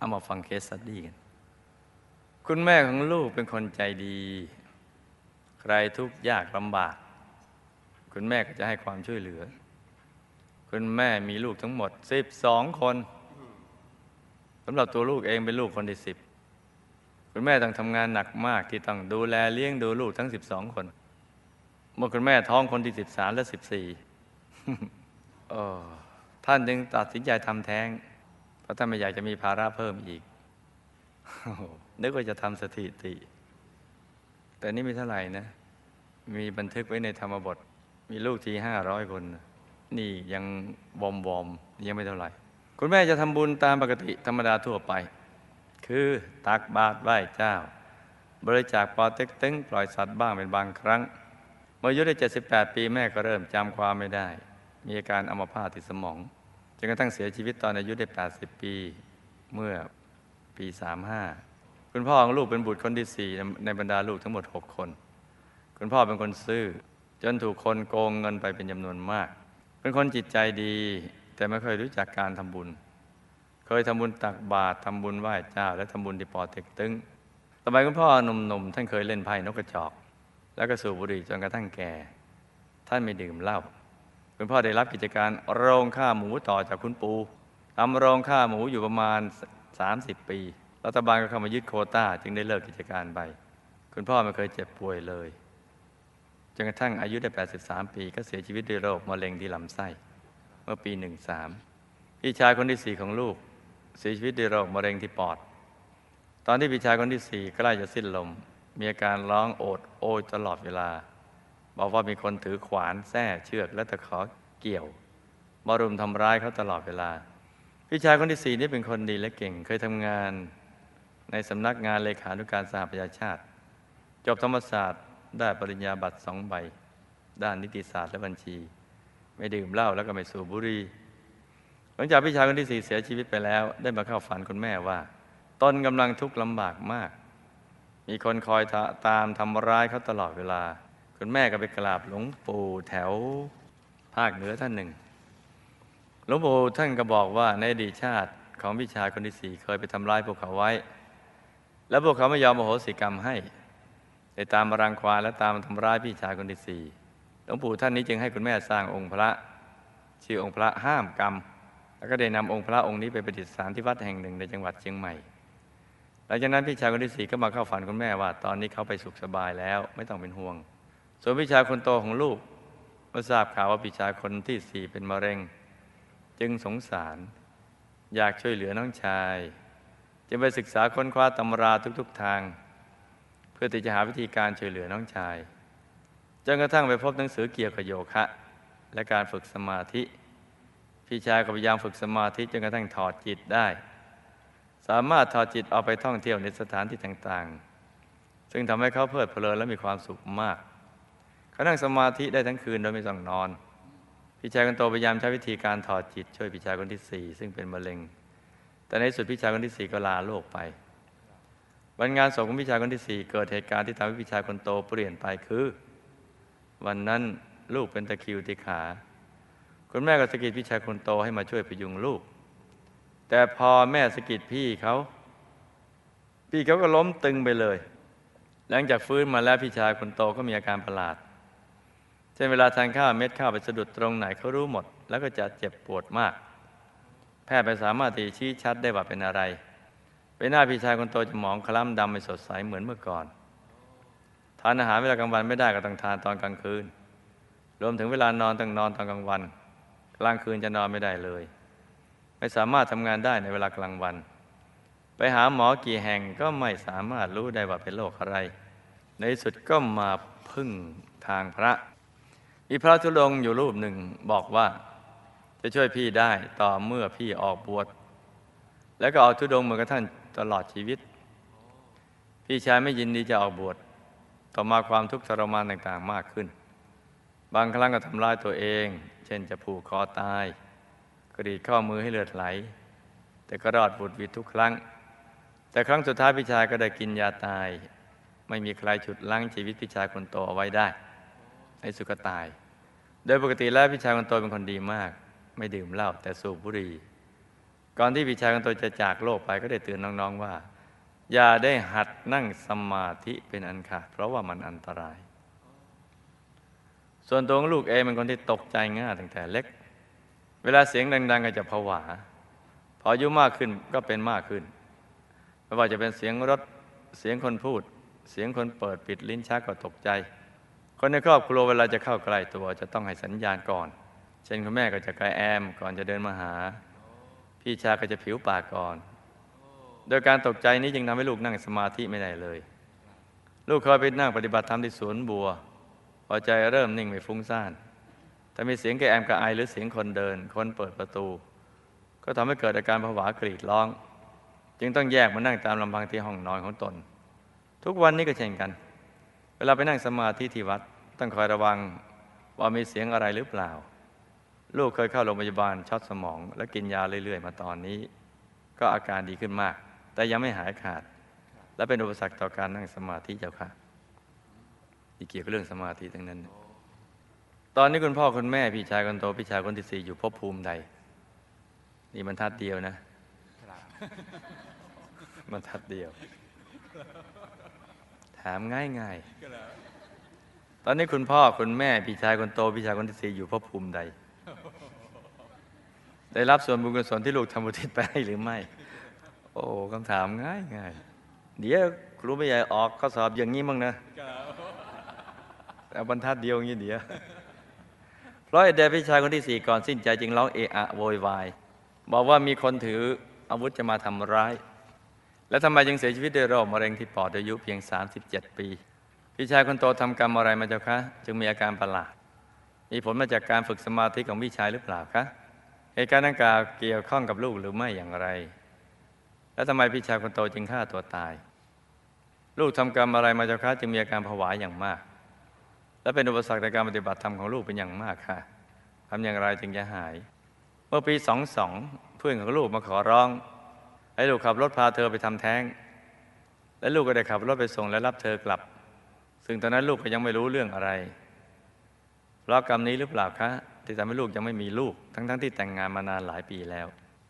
เอามาฟังเคสสตัดดี้กันคุณแม่ของลูกเป็นคนใจดีใครทุกข์ยากลำบากคุณแม่ก็จะให้ความช่วยเหลือคุณแม่มีลูกทั้งหมด12 คนสำหรับตัวลูกเองเป็นลูกคนที่10คุณแม่ต้องทำงานหนักมากที่ต้องดูแลเลี้ยงดูลูกทั้ง12 คนเมื่อคุณแม่ท้องคนที่13และ14เออท่านจึงตัดสินใจทำแท้งเพราะท่านไม่อยากจะมีภาระเพิ่มอีกนึกว่าจะทำสถิติ แต่นี่ไม่เท่าไหร่นะมีบันทึกไว้ในธรรมบทมีลูกที500 คนนี่ยังวอมยังไม่เท่าไหร่คุณแม่จะทำบุญตามปกติธรรมดาทั่วไปคือตักบาตรไหว้เจ้าบริจาคปอเต็กตึงปล่อยสัตว์บ้างเป็นบางครั้งเมื่ออายุได้78 ปีแม่ก็เริ่มจำความไม่ได้มีอาการอัมพาตที่สมองจนกระทั่งเสียชีวิตตอนอายุได้80 ปีเมื่อปี35คุณพ่อของลูกเป็นบุตรคนที่4ในบรรดาลูกทั้งหมด6 คนคุณพ่อเป็นคนซื่อจนถูกคนโกงเงินไปเป็นจำนวนมากเป็นคนจิตใจดีแต่ไม่เคยรู้จักการทำบุญเคยทำบุญตักบาตรทำบุญไหว้เจ้าและทำบุญที่ปอเต็กตึงสมัยคุณพ่อหนุ่มๆท่านเคยเล่นไพ่นกกระจอกแล้วก็สูบบุหรี่จนกระทั่งแก่ท่านไม่ดื่มเหล้าคุณพ่อได้รับกิจการโรงฆ่าหมูต่อจากคุณปู่ทำโรงฆ่าหมูอยู่ประมาณ30 ปีรัฐบาลก็เข้ามายึดโควต้าจึงได้เลิกกิจการไปคุณพ่อไม่เคยเจ็บป่วยเลยจนกระทั่งอายุได้83 ปีก็เสียชีวิตด้วยโรคมะเร็งที่ลำไส้เมื่อปี13พี่ชายคนที่4ของลูกเสียชีวิตด้วยโรคมะเร็งที่ปอดตอนที่พี่ชายคนที่4ใกล้จะสิ้นลมมีอาการร้องโอดโอยตลอดเวลาบอกว่ามีคนถือขวานแส้เชือกและตะขอเกี่ยวมารุมทำร้ายเขาตลอดเวลาพี่ชายคนที่4นี่เป็นคนดีและเก่งเคยทำงานในสำนักงานเลขานุการสหประชาชาติจบธรรมศาสตร์ได้ปริญญาบัตร2 ใบด้านนิติศาสตร์และบัญชีไม่ดื่มเหล้าแล้วก็ไม่สูบบุหรี่หลังจากพี่ชายคนที่4เสียชีวิตไปแล้วได้มาเข้าฝันคุณแม่ว่าตนกำลังทุกข์ลำบากมากมีคนคอยตามทำร้ายเขาตลอดเวลาคุณแม่ก็ไปกราบหลวงปู่แถวภาคเหนือท่านหนึ่งหลวงปู่ท่านก็บอกว่าในอดีตชาติของพี่ชายคนที่4เคยไปทำร้ายพวกเขาไว้แล้วพวกเขาไม่ยอมอโหสิกรรมให้ได้ตามมารังควานและตามทำร้ายพี่ชายคนที่4หลวงปู่ท่านนี้จึงให้คุณแม่สร้างองค์พระชื่อองค์พระห้ามกรรมแล้วก็ได้นำองค์พระองค์นี้ไปประดิษฐานที่วัดแห่งหนึ่งในจังหวัดเชียงใหม่หลังจากนั้นพี่ชายคนที่4ก็มาเข้าฝันคุณแม่ว่าตอนนี้เขาไปสุขสบายแล้วไม่ต้องเป็นห่วงส่วนพี่ชายคนโตของลูกเมื่อทราบข่าวว่าพี่ชายคนที่4เป็นมะเร็งจึงสงสารอยากช่วยเหลือน้องชายจึงไปศึกษาค้นคว้าตำราทุกๆทางเพื่อที่จะหาวิธีการช่วยเหลือน้องชายจนกระทั่งไปพบหนังสือเกี่ยวกับโยคะและการฝึกสมาธิพี่ชายก็พยายามฝึกสมาธิจนกระทั่งถอดจิตได้สามารถถอดจิตออกไปท่องเที่ยวในสถานที่ต่างๆซึ่งทำให้เขาเพลิดเพลินและมีความสุขมากเขานั่งสมาธิได้ทั้งคืนโดยไม่ต้องนอนพี่ชายคนโตพยายามใช้วิธีการถอดจิตช่วยพี่ชายคนที่4ซึ่งเป็นมะเร็งแต่ในที่สุดพี่ชายคนที่4ก็ลาโลกไปวันงานศพของพี่ชายคนที่4เกิดเหตุการณ์ที่ทำให้พี่ชายคนโตเปลี่ยนไปคือวันนั้นลูกเป็นตะคริวที่ขาคุณแม่ก็สะกิดพี่ชายคนโตให้มาช่วยพยุงลูกแต่พอแม่สะกิดพี่เขาก็ล้มตึงไปเลยหลังจากฟื้นมาแล้วพี่ชายคนโตก็มีอาการประหลาดเช่นเวลาทานข้าวเม็ดข้าวไปสะดุดตรงไหนเขารู้หมดแล้วก็จะเจ็บปวดมากแพทย์ไม่สามารถที่ชี้ชัดได้ว่าเป็นอะไรใบหน้าพี่ชายคนโตจะหมองคล้ำดำไม่สดใสเหมือนเมื่อก่อนทานอาหารเวลากลางวันไม่ได้ก็ต้องทานตอนกลางคืนรวมถึงเวลานอนต้องนอนตอนกลางวันกลางคืนจะนอนไม่ได้เลยไม่สามารถทำงานได้ในเวลากลางวันไปหาหมอกี่แห่งก็ไม่สามารถรู้ได้ว่าเป็นโรคอะไรในที่สุดก็มาพึ่งทางพระมีพระธุดงค์อยู่รูปหนึ่งบอกว่าจะช่วยพี่ได้ต่อเมื่อพี่ออกบวชแล้วก็ออกธุดงค์เหมือนกับท่านตลอดชีวิตพี่ชายไม่ยินดีจะออกบวชต่อมาความทุกข์ทรมานต่างๆมากขึ้นบางครั้งก็ทำร้ายตัวเองเช่นจะผูกคอตายกรีดข้อมือให้เลือดไหลแต่ก็รอดบุดหวิดทุกครั้งแต่ครั้งสุดท้ายพี่ชายก็ได้กินยาตายไม่มีใครฉุดรั้งชีวิตพี่ชายคนโตเอาไว้ได้ในสุขตายโดยปกติแล้วพี่ชายคนโตเป็นคนดีมากไม่ดื่มเหล้าแต่สูบบุหรี่ก่อนที่พี่ชายคนโตจะจากโลกไปก็ได้เตือนน้องๆว่าอย่าได้หัดนั่งสมาธิเป็นอันขาดเพราะว่ามันอันตรายส่วนตัวของลูกเองเป็นคนที่ตกใจง่ายตั้งแต่เล็กเวลาเสียงดังๆก็จะผวาพออายุมากขึ้นก็เป็นมากขึ้นไม่ว่าจะเป็นเสียงรถเสียงคนพูดเสียงคนเปิดปิดลิ้นชักก็ตกใจคนในครอบครัวเวลาจะเข้าใกล้ตัวจะต้องให้สัญญาณก่อนเช่นคุณแม่ก็จะกระแอมก่อนจะเดินมาหาพี่ชายก็จะผิวปากก่อนโดยการตกใจนี้จึงทำให้ลูกนั่งสมาธิไม่ได้เลยลูกเคยไปนั่งปฏิบัติธรรมที่สวนบัวพอใจเริ่มนิ่งไม่ฟุ้งซ่านถ้ามีเสียงกระแอมกระไอหรือเสียงคนเดินคนเปิดประตูก็ทำให้เกิดอาการผวากรีดร้องจึงต้องแยกมานั่งตามลำพังที่ห้องนอนของตนทุกวันนี้ก็เช่นกันเวลาไปนั่งสมาธิที่วัดต้องคอยระวังว่ามีเสียงอะไรหรือเปล่าลูกเคยเข้าโรงพยาบาลช็อตสมองและกินยาเรื่อยๆมาตอนนี้ก็อาการดีขึ้นมากแต่ยังไม่หายขาดและเป็นอุปสรรคต่อการนั่งสมาธิเจ้าค่ะที่เกี่ยวกับเรื่องสมาธิทั้งนั้นตอนนี้คุณพ่อคุณแม่พี่ชายคนโตพี่ชายคนที่ 4อยู่ภพภูมิใดนี่บรรทัดเดียวนะบรรทัดเดียวถามง่ายๆตอนนี้คุณพ่อคุณแม่พี่ชายคนโตพี่ชายคนที่ 4อยู่ภพภูมิใดได้รับส่วนบุญกุศลที่ลูกทำอุทิศไปให้หรือไม่โอ้คำถามง่ายๆเดี๋ยวครูไม่ใหญ่ออกข้อสอบอย่างนี้มั้งนะเอาบรรทัดเดียวอย่างนี้เดี๋ยวเพราะไอ้เด็กพี่ชายคนที่ 4ก่อนสิ้นใจจึงร้องเอะอะโวยวายบอกว่ามีคนถืออาวุธจะมาทำร้ายแล้วทำไมจึงเสียชีวิตด้วยโรคมะเร็งที่ปอดอายุเพียง37 ปีพี่ชายคนโตทำกรรมอะไรมาเจ้าคะจึงมีอาการประหลาดมีผลมาจากการฝึกสมาธิของพี่ชายหรือเปล่าคะเหตุการณ์ดังกล่าวเกี่ยวข้องกับลูกหรือไม่อย่างไรแล้วทำไมพี่ชายคนโตจึงฆ่าตัวตายลูกทำกรรมอะไรมาเจ้าคะจึงมีอาการผวาอย่างมากและเป็นอุปสรรคในการปฏิบัติธรรมของลูกเป็นอย่างมากค่ะทำอย่างไรจึงจะหายเมื่อปี22เพื่อนของลูกมาขอร้องให้ลูกขับรถพาเธอไปทำแท้งและลูกก็ได้ขับรถไปส่งและรับเธอกลับซึ่งตอนนั้นลูกก็ยังไม่รู้เรื่องอะไรเพราะกรรมนี้หรือเปล่าคะที่ทำให้ลูกยังไม่มีลูกทั้งที่แต่งงานมานานหลายปีแล้ว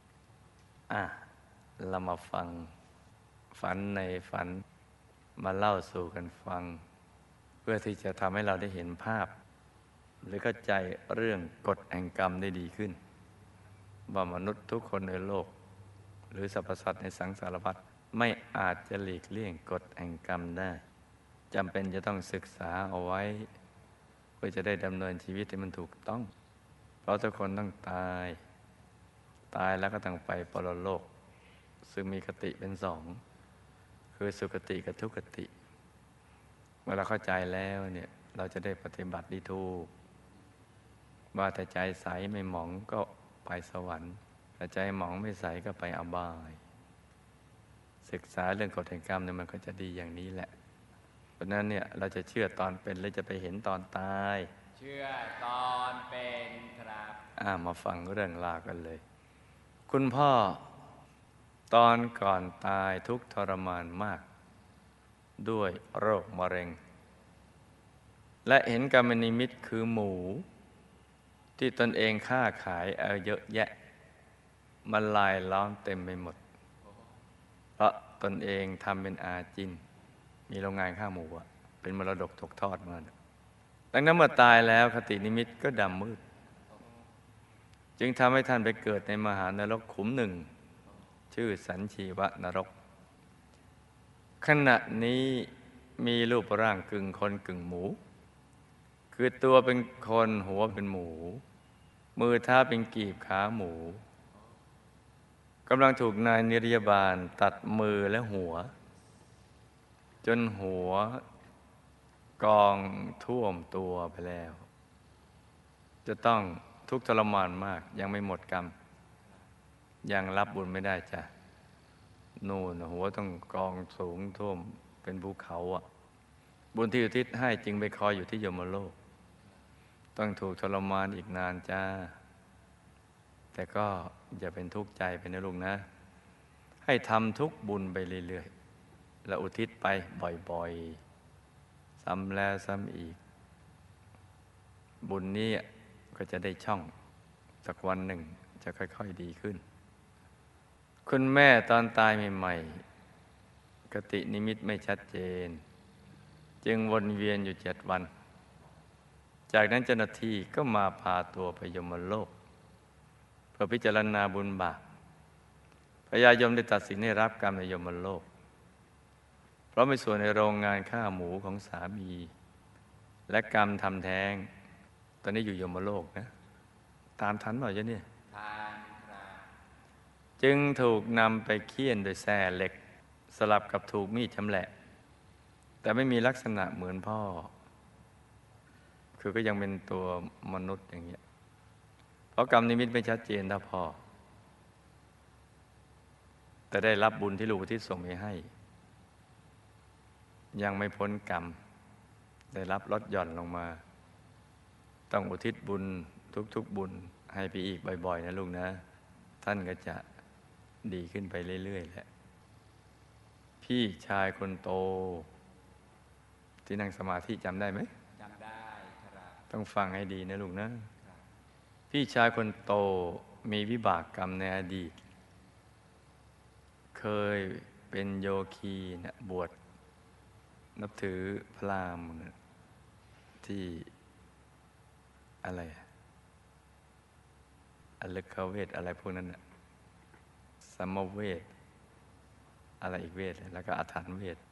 เรามาฟังฝันในฝันมาเล่าสู่กันฟังเพื่อที่จะทำให้เราได้เห็นภาพหรือเข้าใจเรื่องกฎแห่งกรรมได้ดีขึ้นว่ามนุษย์ทุกคนในโลกหรือสรรพสัตว์ในสังสารวัฏไม่อาจจะหลีกเลี่ยงกฎแห่งกรรมได้จำเป็นจะต้องศึกษาเอาไว้เพื่อจะได้ดำเนินชีวิตที่มันถูกต้องเพราะทุกคนต้องตายแล้วก็ต้องไปปรโลกซึ่งมีคติเป็นสองคือสุคติกับทุกติเมื่อเราเข้าใจแล้วเนี่ยเราจะได้ปฏิบัติดีถูกว่าแต่ใจใสไม่หมองก็ไปสวรรค์แต่ใจหมองไม่ใสก็ไปอบายศึกษาเรื่องกฎแห่งกรรมเนี่ยมันก็จะดีอย่างนี้แหละเพราะนั้นเนี่ยเราจะเชื่อตอนเป็นหรือจะไปเห็นตอนตายเชื่อตอนเป็นครับมาฟังเรื่องราวกันเลยคุณพ่อตอนก่อนตายทุกข์ทรมานมากด้วยโรคมะเร็งและเห็นกรรมนิมิตคือหมูที่ตนเองค้าขายเอาเยอะแยะมันลายล้อมเต็มไปหมดเพราะตนเองทำเป็นอาจินมีโรงงานฆ่าหมูเป็นมรดกตกทอดมาดังนั้นเมื่อตายแล้วคตินิมิตก็ดำมืดจึงทำให้ท่านไปเกิดในมหานรกขุมหนึ่งชื่อสันชีวนรกขณะนี้มีรูปร่างกึ่งคนกึ่งหมูคือตัวเป็นคนหัวเป็นหมูมือเท้าเป็นกีบขาหมูกำลังถูกนายนิรยาบาลตัดมือและหัวจนหัวกองท่วมตัวไปแล้วจะต้องทุกข์ทรมานมากยังไม่หมดกรรมยังรับบุญไม่ได้จ้ะนู่นหัวต้องกองสูงท่วมเป็นภูเขาบุญที่อุทิศให้จึงไปคอยอยู่ที่ยมโลกต้องถูกทรมานอีกนานจ้าแต่ก็อย่าเป็นทุกข์ใจไปนะลูกนะให้ทำทุกบุญไปเรื่อยๆและอุทิศไปบ่อยๆซ้ำแล้วซ้ำอีกบุญนี้ก็จะได้ช่องสักวันหนึ่งจะค่อยๆดีขึ้นคุณแม่ตอนตายใหม่ๆกตินิมิตไม่ชัดเจนจึงวนเวียนอยู่7 วันจากนั้นเจ้าหน้าที่ก็มาพาตัวไปยมโลกเพื่อพิจารณาบุญบาปพญายมได้ตัดสินให้รับกรรมในยมโลกเพราะมีส่วนในโรงงานฆ่าหมูของสามีและกรรมทำแท้งตอนนี้อยู่ยมโลกนะตามทันหน่อยจ้ะเนี่ยทานครับจึงถูกนำไปเฆี่ยนโดยแส้เหล็กสลับกับถูกมีดชำแหละ แต่ไม่มีลักษณะเหมือนพ่อ คือก็ยังเป็นตัวมนุษย์อย่างเงี้ยเพราะกรรมนิมิตไม่ชัดเจนเท่าพ่อ แต่ได้รับบุญที่ลูกอุทิศส่งไปให้ ยังไม่พ้นกรรม ได้รับลดหย่อนลงมา ต้องอุทิศบุญทุกๆบุญให้ไปอีกบ่อยๆนะลูกนะ ท่านก็จะดีขึ้นไปเรื่อยๆแหละพี่ชายคนโต ที่นั่งสมาธิจำได้ไหมจำได้ครับต้องฟังให้ดีนะลูกนะ พี่ชายคนโตมีวิบากกรรมในอดีต เคยเป็นโยคีนะบวชนับถือพราหมณ์นะที่อะไรอฤกขเวทอะไรพวกนั้นนะสัมมเวทอะไรอีกเวทแล้วก็อฐานเวท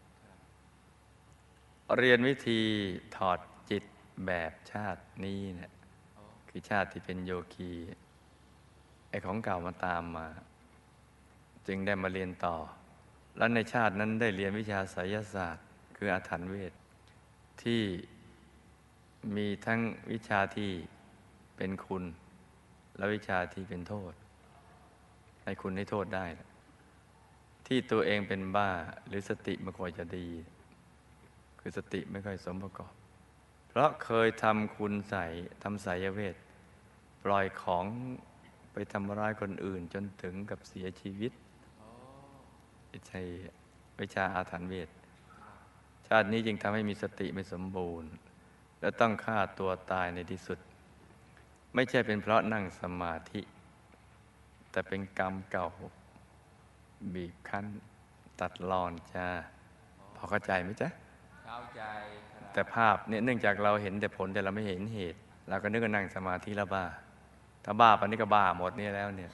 เรียนวิธีถอดจิตแบบชาตินี้เนี่ยคือชาติที่เป็นโยคีไอ้ของเก่ามาตามมา จึงได้มาเรียนต่อ แล้วในชาตินั้นได้เรียนวิชาไสยศาสตร์ คืออาถรรพ์เวทที่มีทั้งวิชาที่เป็นคุณและวิชาที่เป็นโทษ ให้คุณให้โทษได้ ที่ตัวเองเป็นบ้าหรือสติไม่ค่อยจะดี คือสติไม่ค่อยสมประกอบ เพราะเคยทำคุณใส่ทำไสยเวทปล่อยของไปทำร้ายคนอื่นจนถึงกับเสียชีวิตใช่วิชาอาถรรพ์เวทชาตินี้จึงทำให้มีสติไม่สมบูรณ์ และต้องฆ่าตัวตายในที่สุด ไม่ใช่เป็นเพราะนั่งสมาธิ แต่เป็นกรรมเก่าบีบคั้นตัดรอนจ้าพอเข้าใจไหมจ๊ะเข้าใจครับแต่ภาพเนี่ยเนื่องจากเราเห็นแต่ผลแต่เราไม่เห็นเหตุ เราก็นึกว่านั่งสมาธิแล้วบ้า ถ้าบ้าปานนี้ก็บ้าหมดนี่แล้วเนี่ย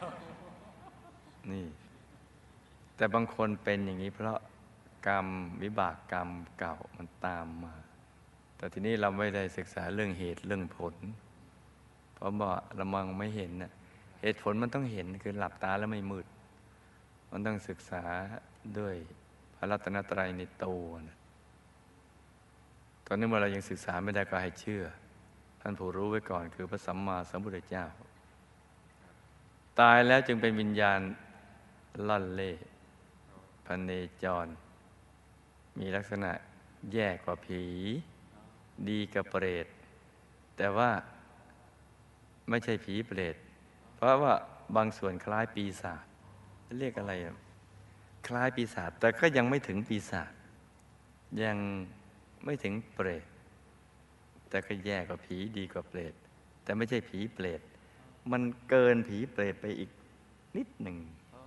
นี่ แต่บางคนเป็นอย่างนี้เพราะกรรมวิบากกรรมเก่ามันตามมา แต่ทีนี้เราไม่ได้ศึกษาเรื่องเหตุเรื่องผล เพราะว่าเรามองไม่เห็นน่ะเหตุผลมันต้องเห็นคือหลับตาแล้วไม่มืด มันต้องศึกษาด้วยพระรัตนตรัยในตัวนะตอนนี้เมื่อเรายังศึกษาไม่ได้ก็ให้เชื่อ ท่านผู้รู้ไว้ก่อนคือพระสัมมาสัมพุทธเจ้า ตายแล้วจึงเป็นวิญญาณล่อนเล่พเนจร มีลักษณะแย่กว่าผี ดีกับเปรต แต่ว่าไม่ใช่ผีเปรต เพราะว่าบางส่วนคล้ายปีศาจเรียกอะไรคล้ายปีศาจแต่ก็ยังไม่ถึงปีศาจยังไม่ถึงเปรต แต่ก็แย่กว่าผีดีกว่าเปรต แต่ไม่ใช่ผีเปรต มันเกินผีเปรตไปอีกนิดหนึ่ง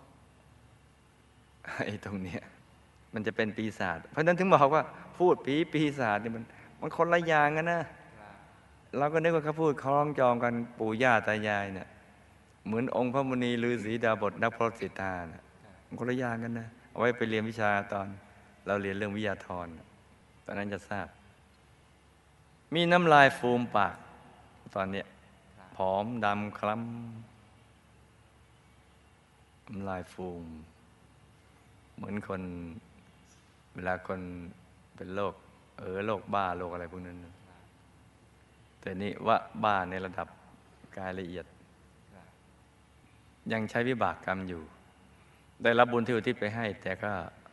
ไอ้ตรงเนี้ยมันจะเป็นปีศาจเพราะฉะนั้นถึงบอกว่าพูดผีปีศาจเนี่ยมันคนละอย่างกันนะเราก็นึกว่าเขาพูดคล้องจองกันปู่ย่าตายายเนี่ยเหมือนองค์พระมุนีฤาษีดาบทนักพรตสิทธานะมันคนละอย่างกันนะเอาไว้ไปเรียนวิชาตอนเราเรียนเรื่องวิทยาธรตอนนั้นจะทราบมีน้ำลายฟูมปากตอนเนี้ยผอมดำคล้ำน้ำลายฟูมเหมือนคนเวลาคนเป็นโรคโรคบ้าโรคอะไรพวกนั้นแต่นี่ว่าบ้าในระดับกายละเอียดยังใช้วิบากกรรมอยู่ได้รับบุญที่อุทิศไปให้แต่ก็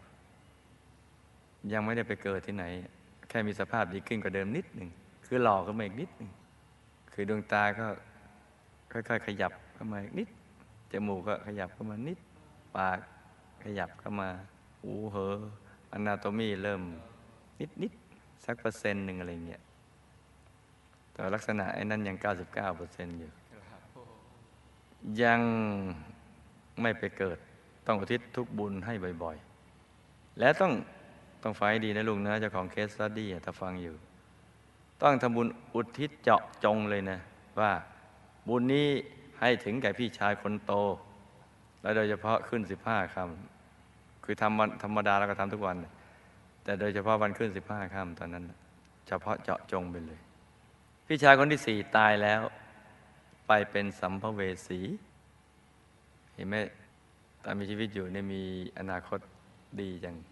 ยังไม่ได้ไปเกิดที่ไหนแค่มีสภาพดีขึ้นกว่าเดิมนิดหนึ่งคือหล่อขึ้นมาอีกนิดหนึ่งคือดวงตาก็ค่อยๆขยับเข้ามาอีกนิดจมูกก็ขยับเข้ามานิดปากขยับเข้ามาหูเหออนาโตมีเริ่มนิดสัก%อะไรเงี้ยแต่ลักษณะไอ้นั้นยัง99%อยู่ยังไม่ไปเกิดต้องอุทิศทุกบุญให้บ่อยๆและต้องฟังให้ดีนะลุงนะเจ้าของเคสสตัดดี้ถ้าฟังอยู่ต้องทำบุญอุทิศเจาะจงเลยนะว่าบุญนี้ให้ถึงแก่พี่ชายคนโตและโดยเฉพาะขึ้น15 ค่ำคือทำวันธรรมดาเราก็ทำทุกวันแต่โดยเฉพาะวันขึ้น15 ค่ำตอนนั้นเฉพาะเจาะจงไปเลยพี่ชายคนที่4ตายแล้วไปเป็นสัมภเวสีเห็นไหมตอนมีชีวิตอยู่เนี่ยมีอนาคตดีจัง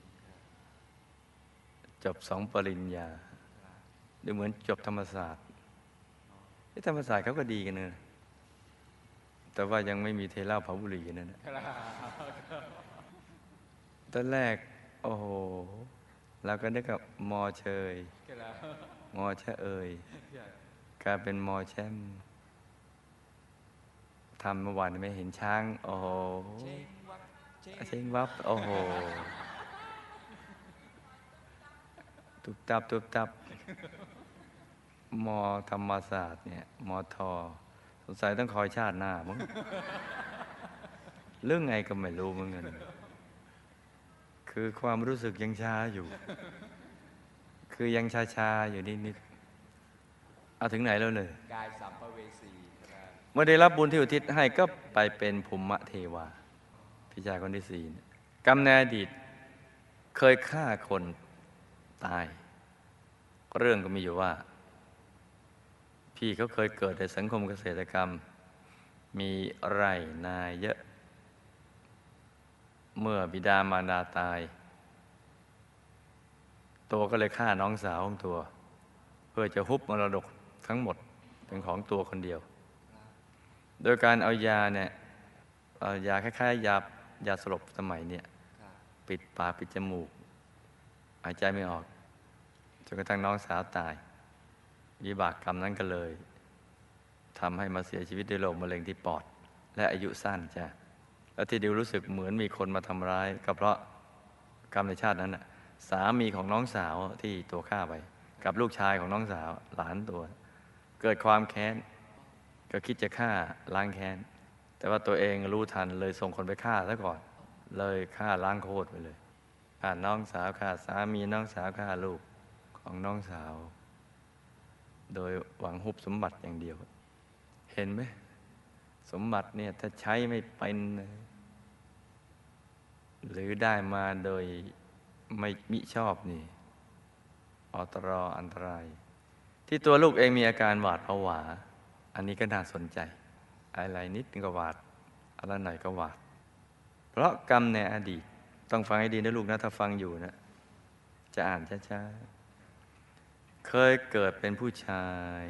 จบ2 ปริญญาดูเหมือนจบธรรมศาสตร์ที่ธรรมศาสตร์เขาก็ดีกันนะแต่ว่ายังไม่มีเทเหล้าเผาบุหรี่นั่นนะตอนแรกโอ้โหเราก็นึกกับมอเชยมอชะเอยกลายเป็นมอแช่มทำเมื่อวานไม่เห็นช้างโอ้โหเชงวับโอ้โหตุบตับมอธรรมศาสตร์เนี่ยมอทอสงสัยต้องคอยชาติหน้ามั้งเรื่องไงก็ไม่รู้เหมือนกันคือความรู้สึกยังช้าอยู่คือยังชาอยู่นิดเอาถึงไหนแล้วเลยกายสัมภเวสีครับเมื่อได้รับบุญที่อุทิศให้ก็ไปเป็นภูมิเทวาพี่ชายคนที่4กรรมในอดีตเคยฆ่าคนตายเรื่องก็มีอยู่ว่าพี่เขาเคยเกิดในสังคมเกษตรกรรมมีไร่นาเยอะเมื่อบิดามารดาตายตัวก็เลยฆ่าน้องสาวของตัวเพื่อจะฮุบมรดกทั้งหมดเป็นของตัวคนเดียวโดยการเอายาเนี่ยเอายาคล้ายๆยาสลบสมัยเนี่ยปิดปากปิดจมูกหายใจไม่ออกจนกระทั่งน้องสาวตายวิบากกรรมนั้นก็เลยทำให้มาเสียชีวิตด้วยโรคมะเร็งที่ปอดและอายุสั้นจ้ะแล้วที่ดิวรู้สึกเหมือนมีคนมาทำร้ายก็เพราะกรรมในชาตินั้นน่ะสามีของน้องสาวที่ตัวฆ่าไปกับลูกชายของน้องสาวหลานตัวเกิดความแค้นก็คิดจะฆ่าล้างแค้นแต่ว่าตัวเองรู้ทันเลยส่งคนไปฆ่าซะก่อนเลยฆ่าล้างโคตรไปเลยฆ่าน้องสาวฆ่าสามีน้องสาวฆ่าลูกของน้องสาวโดยหวังฮุบสมบัติอย่างเดียวเห็นไหมสมบัติเนี่ยถ้าใช้ไม่เป็นหรือได้มาโดยไม่มิชอบนี่อันตรายที่ตัวลูกเองมีอาการหวาดผวาอันนี้ก็น่าสนใจอะไรนิดนึงก็หวาดอะไรหน่อยก็หวาดเพราะกรรมในอดีตต้องฟังให้ดีนะลูกนะถ้าฟังอยู่นะจะอ่านช้าๆเคยเกิดเป็นผู้ชาย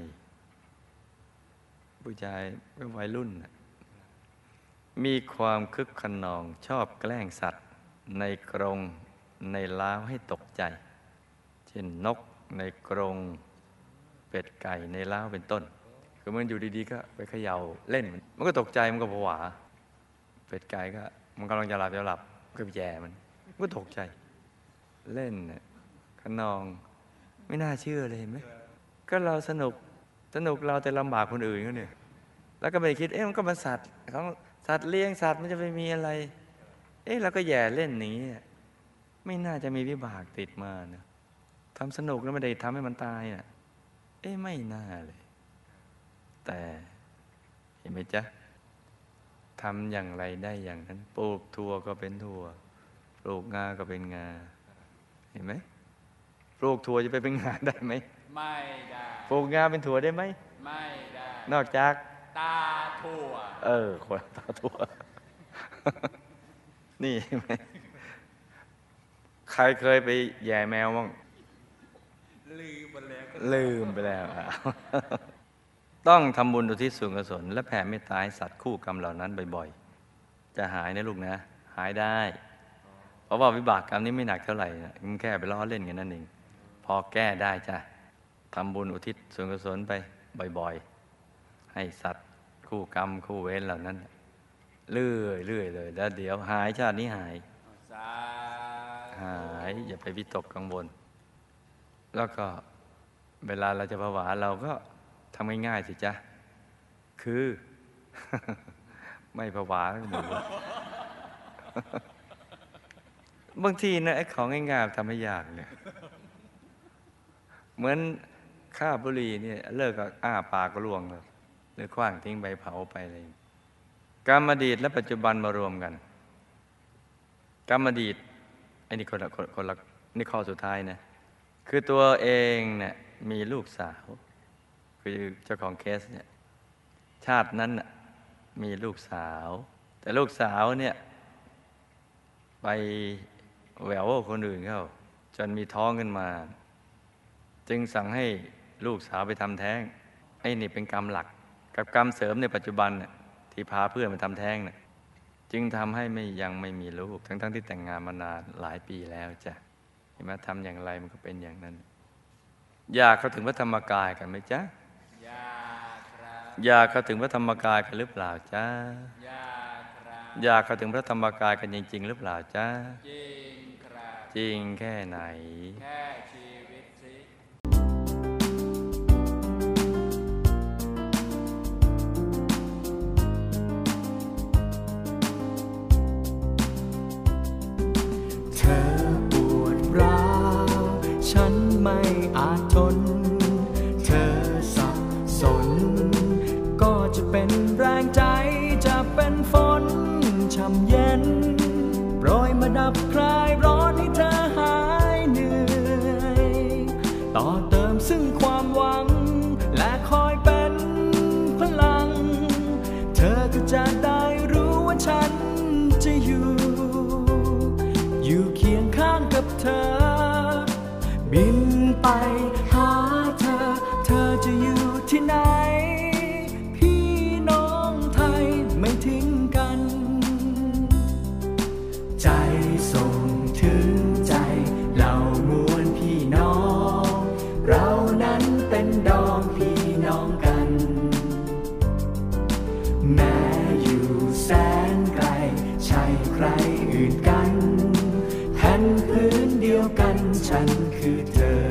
ก็วัยรุ่นมีความคึกขนองชอบแกล้งสัตว์ในกรงในล้าวให้ตกใจเช่นนกในกรงเป็ดไก่ในล้าวเป็นต้นคือมันอยู่ดีๆก็ไปเขย่าเล่นมันก็ตกใจมันก็ผวาเป็ดไก่ก็มันกำลังจะหลับก็ไปแย่มันก็ตกใจเล่นขนองไม่น่าเชื่อเลยเห็นไหมก็เราสนุกเราแต่ลำบากคนอื่นเขาเนี่ยแล้วก็ไม่คิดมันก็เป็นสัตว์ของสัตว์เลี้ยงสัตว์มันจะไปมีอะไรเราก็แย่เล่นอย่างนี้ไม่น่าจะมีวิบากติดมานะทำสนุกแล้วไม่ได้ทำให้มันตายน่ะไม่น่าเลยแต่เห็นไหมจ๊ะทำอย่างไรได้อย่างนั้นปลูกถั่วก็เป็นถั่วปลูกงาก็เป็นงาเห็นไหมปลูกถั่วจะไปเป็นงาได้ไหมไม่ได้ปลูกงาเป็นถั่วได้ไหมไม่ได้นอกจากตาถั่วคนตาถั่ว นี่เห็นไหมใครเคยไปแย่แมวบ้างลืมไปแล้วต้องทำบุญอุทิศส่วนกุศลและแผ่เมตตาให้สัตว์คู่กรรมเหล่านั้นบ่อยๆจะหายนะลูกนะหายได้เพราะว่าวิบากกรรมนี้ไม่หนักเท่าไหร่นะมันแค่ไปล้อเล่นกันนั่นเองพอแก้ได้จ้ะทำบุญอุทิศส่วนกุศลไปบ่อยๆให้สัตว์คู่กรรมคู่เวรเหล่านั้นเรื่อยเลยแล้วเดี๋ยวหายชาตินี้หายอย่าไปวิตกกังวลแล้วก็เวลาเราจะผวาเราก็ทำง่ายๆสิจ๊ะคือ ไม่ผวาก็หมูบางทีนะไอ้ของง่ายๆทำให้ยากเนี่ยเหมือนข้าวบุหรี่เนี่ยเลิกก็อ้าปากก็ล่วงเลยหรือขว้างทิ้งใบเผาไปอะไรกรรมอดีตและปัจจุบันมารวมกันกรรมอดีตไอ้นี่คนละนี่ข้อสุดท้ายนะคือตัวเองเนี่ยมีลูกสาวคือเจ้าของเคสเนี่ยชาตินั้นน่ะมีลูกสาวแต่ลูกสาวเนี่ยไปแหววคนอื่นเข้าจนมีท้องขึ้นมาจึงสั่งให้ลูกสาวไปทำแท้งไอ้นี่เป็นกรรมหลักกับกรรมเสริมในปัจจุบันน่ะที่พาเพื่อนมาทำแท้งน่ะจึงทำให้ยังไม่มีลูกทั้งที่แต่งงานมานานหลายปีแล้วจ้ะเห็นไหมทำอย่างไรมันก็เป็นอย่างนั้นอยากเข้าถึงพระธรรมกายกันไหมจ๊ะอยากครับอยากเข้าถึงพระธรรมกายกันหรือเปล่าจ๊ะอยากครับอยากเข้าถึงพระธรรมกายกันจริงๆหรือเปล่าจ๊ะจริงครับจริงแค่ไหนแค่ชีวิตสิเธอปวดร้าวฉันไม่อาจทนเธอสับสนก็จะเป็นแรงใจจะเป็นฝนช่ำเย็นโปรยมาดับคลายร้อนให้เธอหายเหนื่อยต่อเติมซึ่งความหวังและคอยเป็นพลังเธอก็จะได้รู้ว่าฉันจะอยู่เคียงข้างกับเธอบินไปหาเธอเธอจะอยู่ที่ไหนพี่น้องไทยไม่ทิ้งกันใจส่งถึงใจเหล่ามวลพี่น้องเรานั้นเป็นดองพี่น้องกันแม้อยู่แสนไกลใช่ใครอื่นกันแผ่นพื้นเดียวกันฉันคือเธอ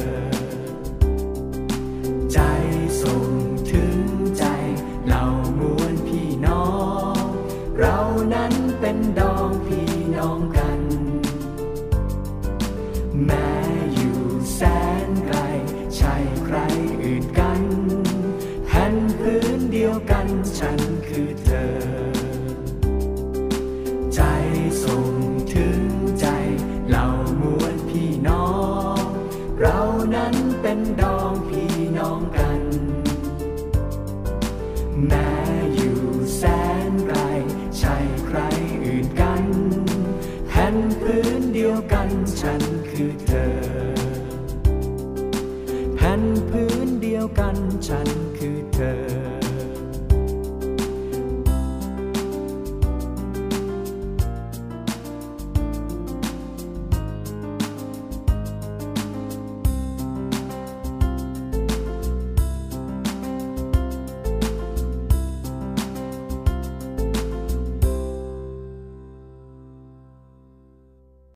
ใจส่งถึงใจเหล่ามวลพี่น้องเรานั้นเป็นดองพี่น้องกันแม้อยู่แสนไกลใช่ใครอื่นกันแผ่นพื้นเดียวกันฉันคือเธอใจส่งถึงใจเหล่ามวลพี่น้องเรานั้นเป็นดองพี่น้องกันแม้อยู่แสนไกลใช่ใครอื่นกันแผ่นพื้นเดียวกันฉันคือเธอแผ่นพื้นเดียวกันฉัน